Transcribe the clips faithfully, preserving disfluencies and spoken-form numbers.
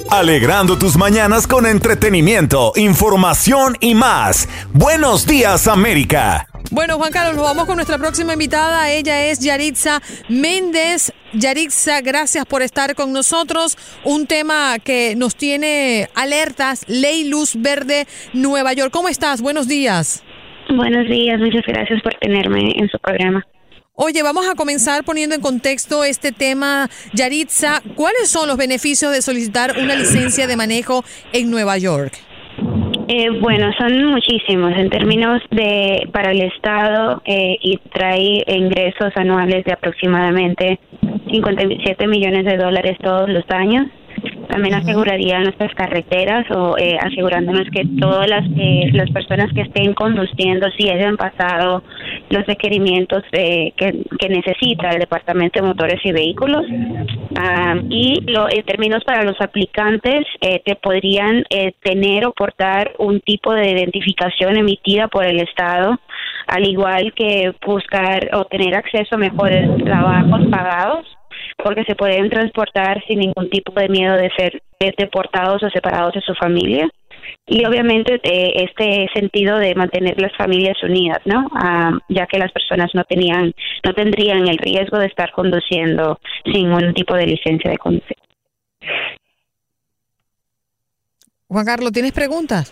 alegrando tus mañanas con entretenimiento, información y más. Buenos días, América. Bueno, Juan Carlos, nos vamos con nuestra próxima invitada. Ella es Yaritza Méndez. Yaritza, gracias por estar con nosotros. Un tema que nos tiene alertas, Ley Luz Verde, Nueva York. ¿Cómo estás? Buenos días. Buenos días, muchas gracias por tenerme en su programa. Oye, vamos a comenzar poniendo en contexto este tema. Yaritza, ¿cuáles son los beneficios de solicitar una licencia de manejo en Nueva York? Eh, bueno, son muchísimos en términos de para el Estado eh, y trae ingresos anuales de aproximadamente cincuenta y siete millones de dólares todos los años. También aseguraría nuestras carreteras o eh, asegurándonos que todas las eh, las personas que estén conduciendo si hayan pasado los requerimientos eh, que, que necesita el Departamento de Motores y Vehículos. Um, y lo, en términos para los aplicantes, eh, te podrían eh, tener o portar un tipo de identificación emitida por el Estado, al igual que buscar o tener acceso a mejores trabajos pagados, porque se pueden transportar sin ningún tipo de miedo de ser deportados o separados de su familia. Y obviamente eh, este sentido de mantener las familias unidas, ¿no? Uh, ya que las personas no tenían, no tendrían el riesgo de estar conduciendo sin un tipo de licencia de conducir. Juan Carlos, ¿tienes preguntas?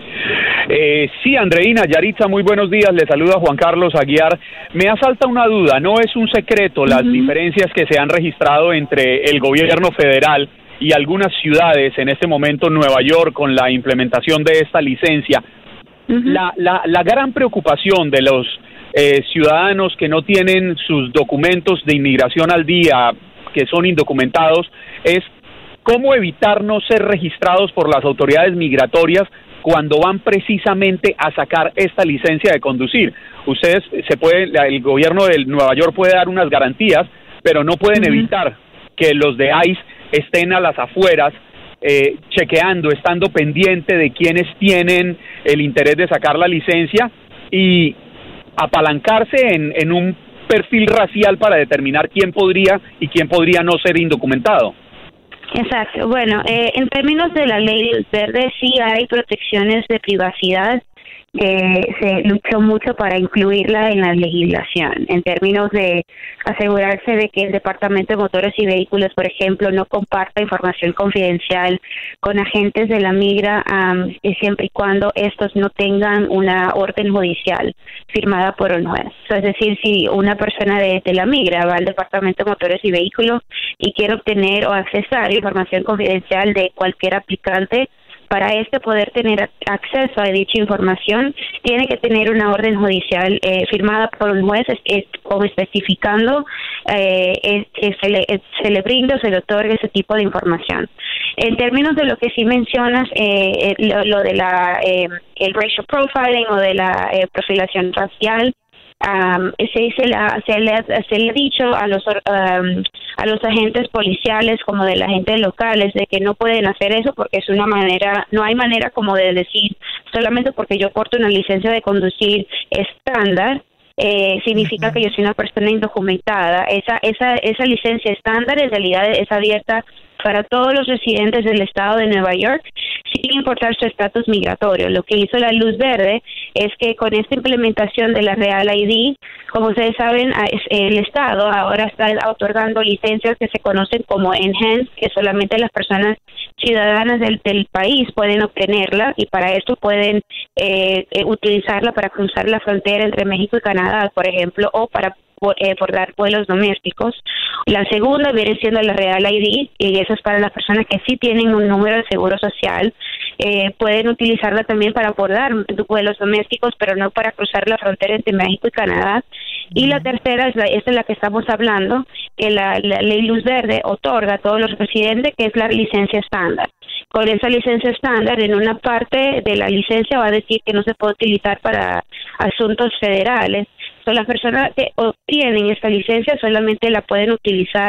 Eh, sí, Andreina, Yaritza, muy buenos días. Le saluda Juan Carlos Aguiar. Me asalta una duda. No es un secreto las uh-huh. diferencias que se han registrado entre el gobierno federal y algunas ciudades, en este momento Nueva York, con la implementación de esta licencia. Uh-huh. La, la, la gran preocupación de los eh, ciudadanos que no tienen sus documentos de inmigración al día, que son indocumentados, es cómo evitar no ser registrados por las autoridades migratorias cuando van precisamente a sacar esta licencia de conducir. Ustedes se puede, el gobierno de Nueva York puede dar unas garantías, pero no pueden uh-huh. evitar que los de ICE estén a las afueras eh, chequeando, estando pendiente de quienes tienen el interés de sacar la licencia y apalancarse en, en un perfil racial para determinar quién podría y quién podría no ser indocumentado. Exacto. Bueno, eh, en términos de la ley Luz Verde, sí hay protecciones de privacidad. Eh, se luchó mucho para incluirla en la legislación, en términos de asegurarse de que el Departamento de Motores y Vehículos, por ejemplo, no comparta información confidencial con agentes de la migra, um, y siempre y cuando estos no tengan una orden judicial firmada por un juez. So, es decir, si una persona de, de la migra va al Departamento de Motores y Vehículos y quiere obtener o accesar información confidencial de cualquier aplicante, para este poder tener acceso a dicha información, tiene que tener una orden judicial eh, firmada por un juez, es, es, como especificando eh, es, es, se, le, es, se le brinda o se le otorga ese tipo de información. En términos de lo que sí mencionas, eh, lo, lo de la eh, el racial profiling o de la eh, profilación racial, Um, se, se, la, se, le, se le ha dicho a los um, a los agentes policiales como de la gente locales de que no pueden hacer eso porque es una manera, no hay manera como de decir solamente porque yo porto una licencia de conducir estándar eh, significa uh-huh. que yo soy una persona indocumentada. Esa esa esa licencia estándar en realidad es abierta para todos los residentes del estado de Nueva York, sin importar su estatus migratorio. Lo que hizo la Luz Verde es que con esta implementación de la Real I D, como ustedes saben, el estado ahora está otorgando licencias que se conocen como Enhanced, que solamente las personas ciudadanas del, del país pueden obtenerla y para esto pueden eh, utilizarla para cruzar la frontera entre México y Canadá, por ejemplo, o para Por, eh, por dar vuelos domésticos. La segunda viene siendo la Real I D, y eso es para las personas que sí tienen un número de seguro social. Eh, pueden utilizarla también para abordar vuelos domésticos, pero no para cruzar la frontera entre México y Canadá. Y la tercera es la, esta es la que estamos hablando, que la, la Ley Luz Verde otorga a todos los residentes, que es la licencia estándar. Con esa licencia estándar, en una parte de la licencia va a decir que no se puede utilizar para asuntos federales. So, las personas que obtienen esta licencia solamente la pueden utilizar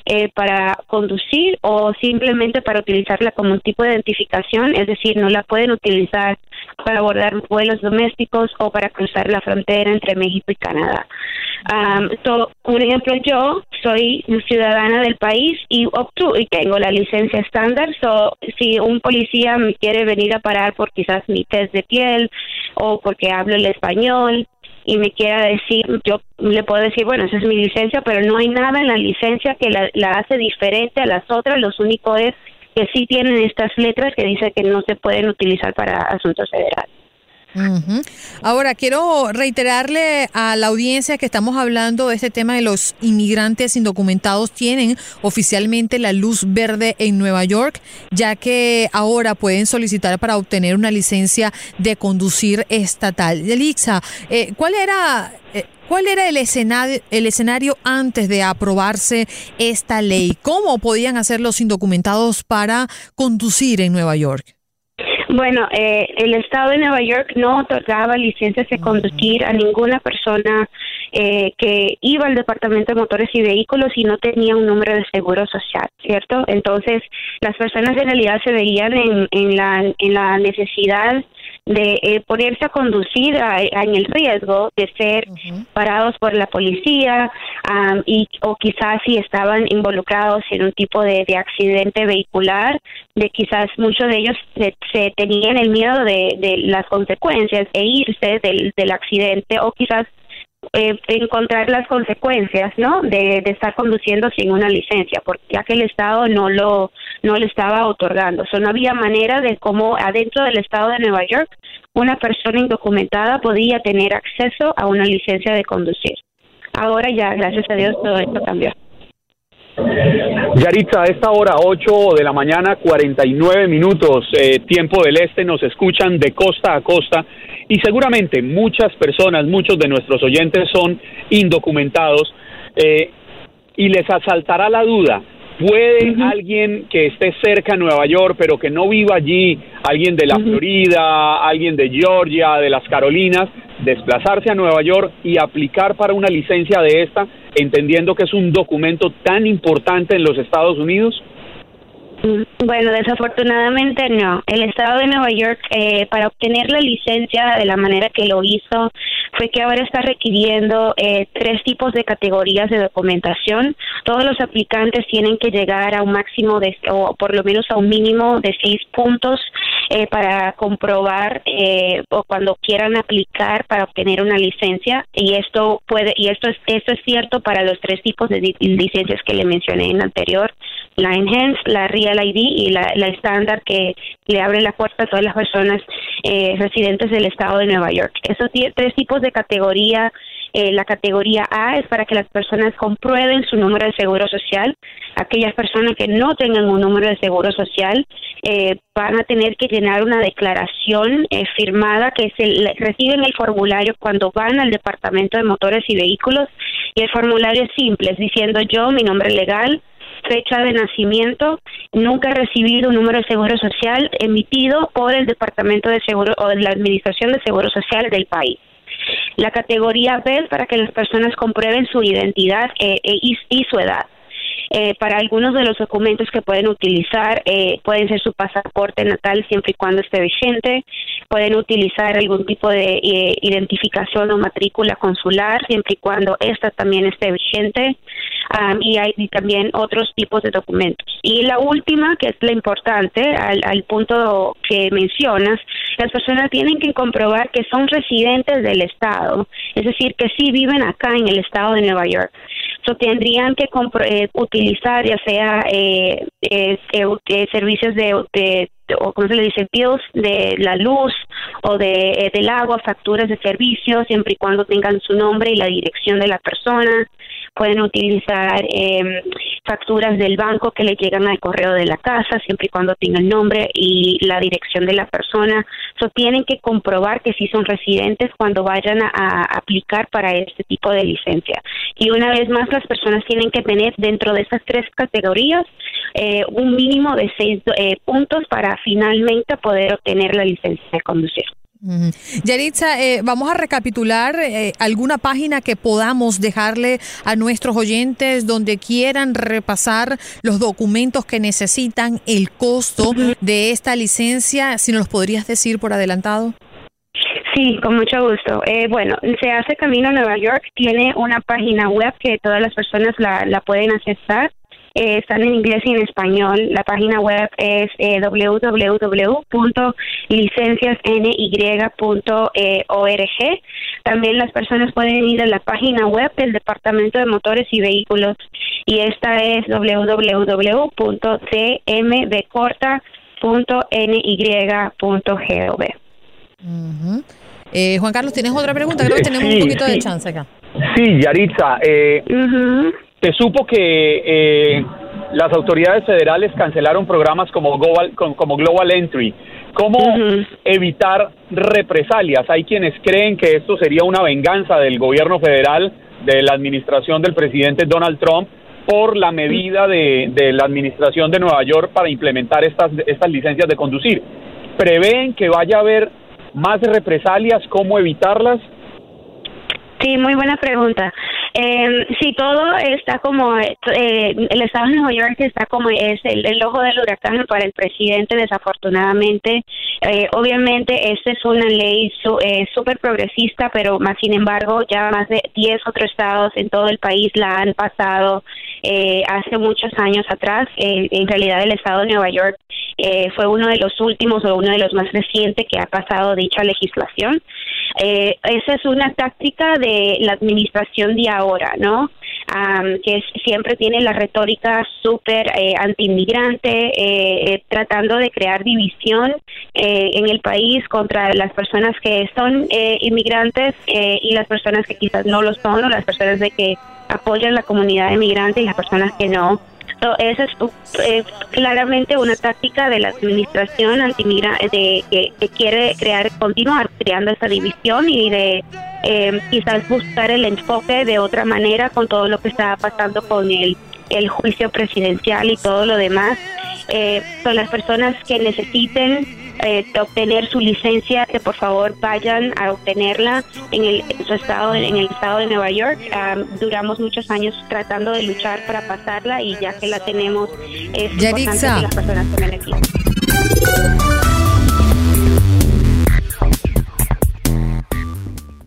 eh, para conducir o simplemente para utilizarla como un tipo de identificación, es decir, no la pueden utilizar para abordar vuelos domésticos o para cruzar la frontera entre México y Canadá. Um, so, por ejemplo, yo soy ciudadana del país y obtuve y tengo la licencia estándar. So, si un policía me quiere venir a parar por quizás mi test de piel o porque hablo el español y me quiera decir, yo le puedo decir, bueno, esa es mi licencia, pero no hay nada en la licencia que la, la hace diferente a las otras. Los únicos es que sí tienen estas letras que dicen que no se pueden utilizar para asuntos federales. Uh-huh. Ahora, quiero reiterarle a la audiencia que estamos hablando de este tema de los inmigrantes indocumentados tienen oficialmente la luz verde en Nueva York, ya que ahora pueden solicitar para obtener una licencia de conducir estatal. Yalitza, eh, ¿cuál era... Eh, ¿Cuál era el escenario, el escenario antes de aprobarse esta ley? ¿Cómo podían hacer los indocumentados para conducir en Nueva York? Bueno, eh, el estado de Nueva York no otorgaba licencias de conducir a ninguna persona eh, que iba al Departamento de Motores y Vehículos y no tenía un número de seguro social, ¿cierto? Entonces, las personas en realidad se veían en, en, la, en la necesidad de eh, ponerse a conducir a, a, en el riesgo de ser uh-huh. parados por la policía um, y o quizás si estaban involucrados en un tipo de, de accidente vehicular, de quizás muchos de ellos se, se tenían el miedo de, de las consecuencias e irse del, del accidente o quizás Eh, encontrar las consecuencias, ¿no? De, de estar conduciendo sin una licencia, porque ya que el Estado no lo no le estaba otorgando. O sea, no había manera de cómo adentro del Estado de Nueva York una persona indocumentada podía tener acceso a una licencia de conducir. Ahora ya, gracias a Dios, todo esto cambió. Yalitza, a esta hora, ocho de la mañana, cuarenta y nueve minutos, eh, tiempo del este, nos escuchan de costa a costa y seguramente muchas personas, muchos de nuestros oyentes son indocumentados eh, y les asaltará la duda. ¿Puede uh-huh. alguien que esté cerca de Nueva York, pero que no viva allí, alguien de la uh-huh. Florida, alguien de Georgia, de las Carolinas, desplazarse a Nueva York y aplicar para una licencia de esta, entendiendo que es un documento tan importante en los Estados Unidos? Bueno, desafortunadamente no. El Estado de Nueva York, eh, para obtener la licencia de la manera que lo hizo, fue que ahora está requiriendo eh, tres tipos de categorías de documentación. Todos los aplicantes tienen que llegar a un máximo de, o por lo menos a un mínimo de seis puntos eh, para comprobar eh, o cuando quieran aplicar para obtener una licencia. Y esto puede, y esto es, esto es cierto para los tres tipos de di- licencias que le mencioné en anterior. La Enhanced, la Real I D y la, la estándar que le abre la puerta a todas las personas eh, residentes del estado de Nueva York. Esos t- tres tipos de categoría, eh, la categoría A es para que las personas comprueben su número de seguro social. Aquellas personas que no tengan un número de seguro social eh, van a tener que llenar una declaración eh, firmada que se le, reciben el formulario cuando van al Departamento de Motores y Vehículos y el formulario es simple, es diciendo yo, mi nombre legal, fecha de nacimiento, nunca he recibido un número de seguro social emitido por el Departamento de Seguro o de la Administración de Seguro Social del país. La categoría B es para que las personas comprueben su identidad eh, eh, y, y su edad. Eh, para algunos de los documentos que pueden utilizar, eh, pueden ser su pasaporte natal siempre y cuando esté vigente, pueden utilizar algún tipo de eh, identificación o matrícula consular siempre y cuando esta también esté vigente, um, y hay y también otros tipos de documentos. Y la última, que es la importante, al, al punto que mencionas, las personas tienen que comprobar que son residentes del estado, es decir, que sí viven acá en el estado de Nueva York. So, tendrían que compro- eh, utilizar ya sea eh, eh, eh, servicios de, de, de, o ¿cómo se le dice? Bills de la luz o de eh, del agua, facturas de servicios, siempre y cuando tengan su nombre y la dirección de la persona. Pueden utilizar eh, facturas del banco que le llegan al correo de la casa, siempre y cuando tenga el nombre y la dirección de la persona. So, tienen que comprobar que sí son residentes cuando vayan a, a aplicar para este tipo de licencia. Y una vez más, las personas tienen que tener dentro de esas tres categorías eh, un mínimo de seis eh, puntos para finalmente poder obtener la licencia de conducir. Uh-huh. Yaritza, eh, vamos a recapitular eh, alguna página que podamos dejarle a nuestros oyentes donde quieran repasar los documentos que necesitan, el costo uh-huh. de esta licencia, si nos los podrías decir por adelantado. Sí, con mucho gusto. Eh, bueno, Se Hace Camino a Nueva York tiene una página web que todas las personas la, la pueden accesar. Eh, están en inglés y en español. La página web es eh, doble u doble u doble u punto licencias n y punto org. También las personas pueden ir a la página web del Departamento de Motores y Vehículos y esta es doble u doble u doble u punto c m b corta punto n y punto gov. Uh-huh. eh, Juan Carlos, ¿tienes otra pregunta? Creo que tenemos sí, un poquito sí. de chance acá. Sí, Yaritza, eh, uh-huh. se supo que eh, las autoridades federales cancelaron programas como Global, como Global Entry. ¿Cómo uh-huh. evitar represalias? Hay quienes creen que esto sería una venganza del gobierno federal, de la administración del presidente Donald Trump, por la medida de, de la administración de Nueva York para implementar estas, estas licencias de conducir. ¿Prevén que vaya a haber más represalias? ¿Cómo evitarlas? Sí, muy buena pregunta. Eh, sí, todo está como, eh, el estado de Nueva York está como es el, el ojo del huracán para el presidente, desafortunadamente. Eh, obviamente, esta es una ley súper eh, progresista, pero más sin embargo, ya más de diez otros estados en todo el país la han pasado eh, hace muchos años atrás. Eh, en realidad, el estado de Nueva York eh, fue uno de los últimos o uno de los más recientes que ha pasado dicha legislación. Eh, esa es una táctica de la administración de ahora, ¿no? Um, que es, siempre tiene la retórica súper eh, anti-inmigrante, eh, eh, tratando de crear división eh, en el país contra las personas que son eh, inmigrantes eh, y las personas que quizás no lo son, o las personas de que apoyan la comunidad inmigrante y las personas que no. So, esa es eh, claramente una táctica de la administración antimigrante de, que, que quiere crear, continuar creando esa división y de eh, quizás buscar el enfoque de otra manera con todo lo que está pasando con el, el juicio presidencial y todo lo demás. Eh, son las personas que necesiten eh, obtener su licencia, que por favor vayan a obtenerla en el en su estado, en el estado de Nueva York. Um, duramos muchos años tratando de luchar para pasarla y ya que la tenemos es Yaritza, importante que las personas tomen aquí.